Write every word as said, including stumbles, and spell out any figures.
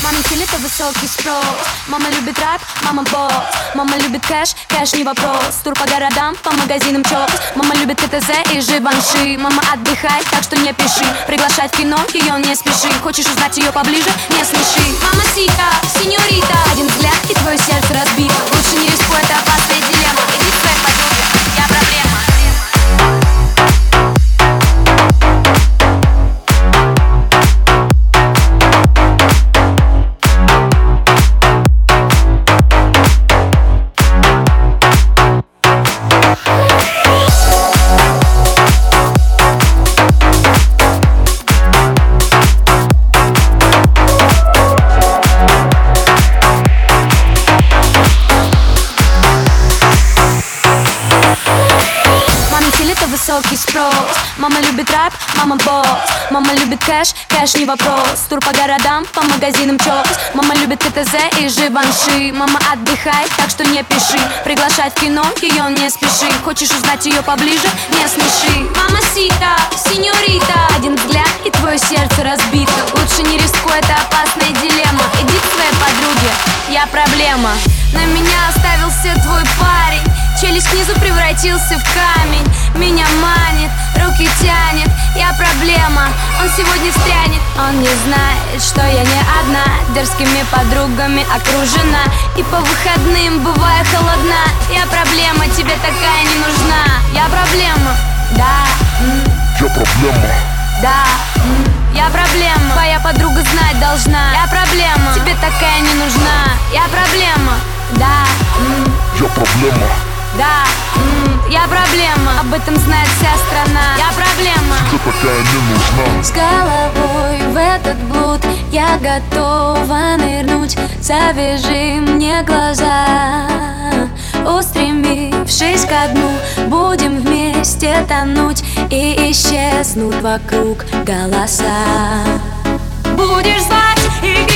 Мамин стиль — это высокий спрос. Мама любит рэп, мама босс. Мама любит кэш, кэш не вопрос. Тур по городам, по магазинам чокс. Мама любит КТЗ и Живанши. Мама отдыхает, так что не пиши. Приглашать в кино, ее не спеши. Хочешь узнать ее поближе, не смеши. Мама сика, сеньорита. Один взгляд и твое сердце разбито. Лучше не рискуй, это опасная дилемма. Иди к своей подруге, я проблема. Высокий спрос. Мама любит рэп, мама босс. Мама любит кэш, кэш не вопрос. Тур по городам, по магазинам чокс. Мама любит КТЗ и Живанши. Мама отдыхает, так что не пиши. Приглашать в кино, ее не спеши. Хочешь узнать ее поближе, не смеши. Мама сика, сеньорита. Один взгляд и твое сердце разбито. Лучше не рискуй, это опасная дилемма. Иди к своей подруге, я проблема. На меня оставился твой парень. Челюсть снизу превратился в камень. Меня манит, руки тянет. Я проблема, он сегодня встрянет. Он не знает, что я не одна. Дерзкими подругами окружена. И по выходным бываю холодна. Я проблема, тебе такая не нужна. Я проблема, да. Я проблема. Да, я проблема. Твоя подруга знать должна. Я проблема, тебе такая не нужна. Я проблема, да. Я проблема. Да, м-м, я проблема, об этом знает вся страна. Я проблема, тебе такая не нужна. С головой в этот блуд я готова нырнуть. Завяжи мне глаза, устремившись ко дну. Будем вместе тонуть и исчезнут вокруг голоса. Будешь звать и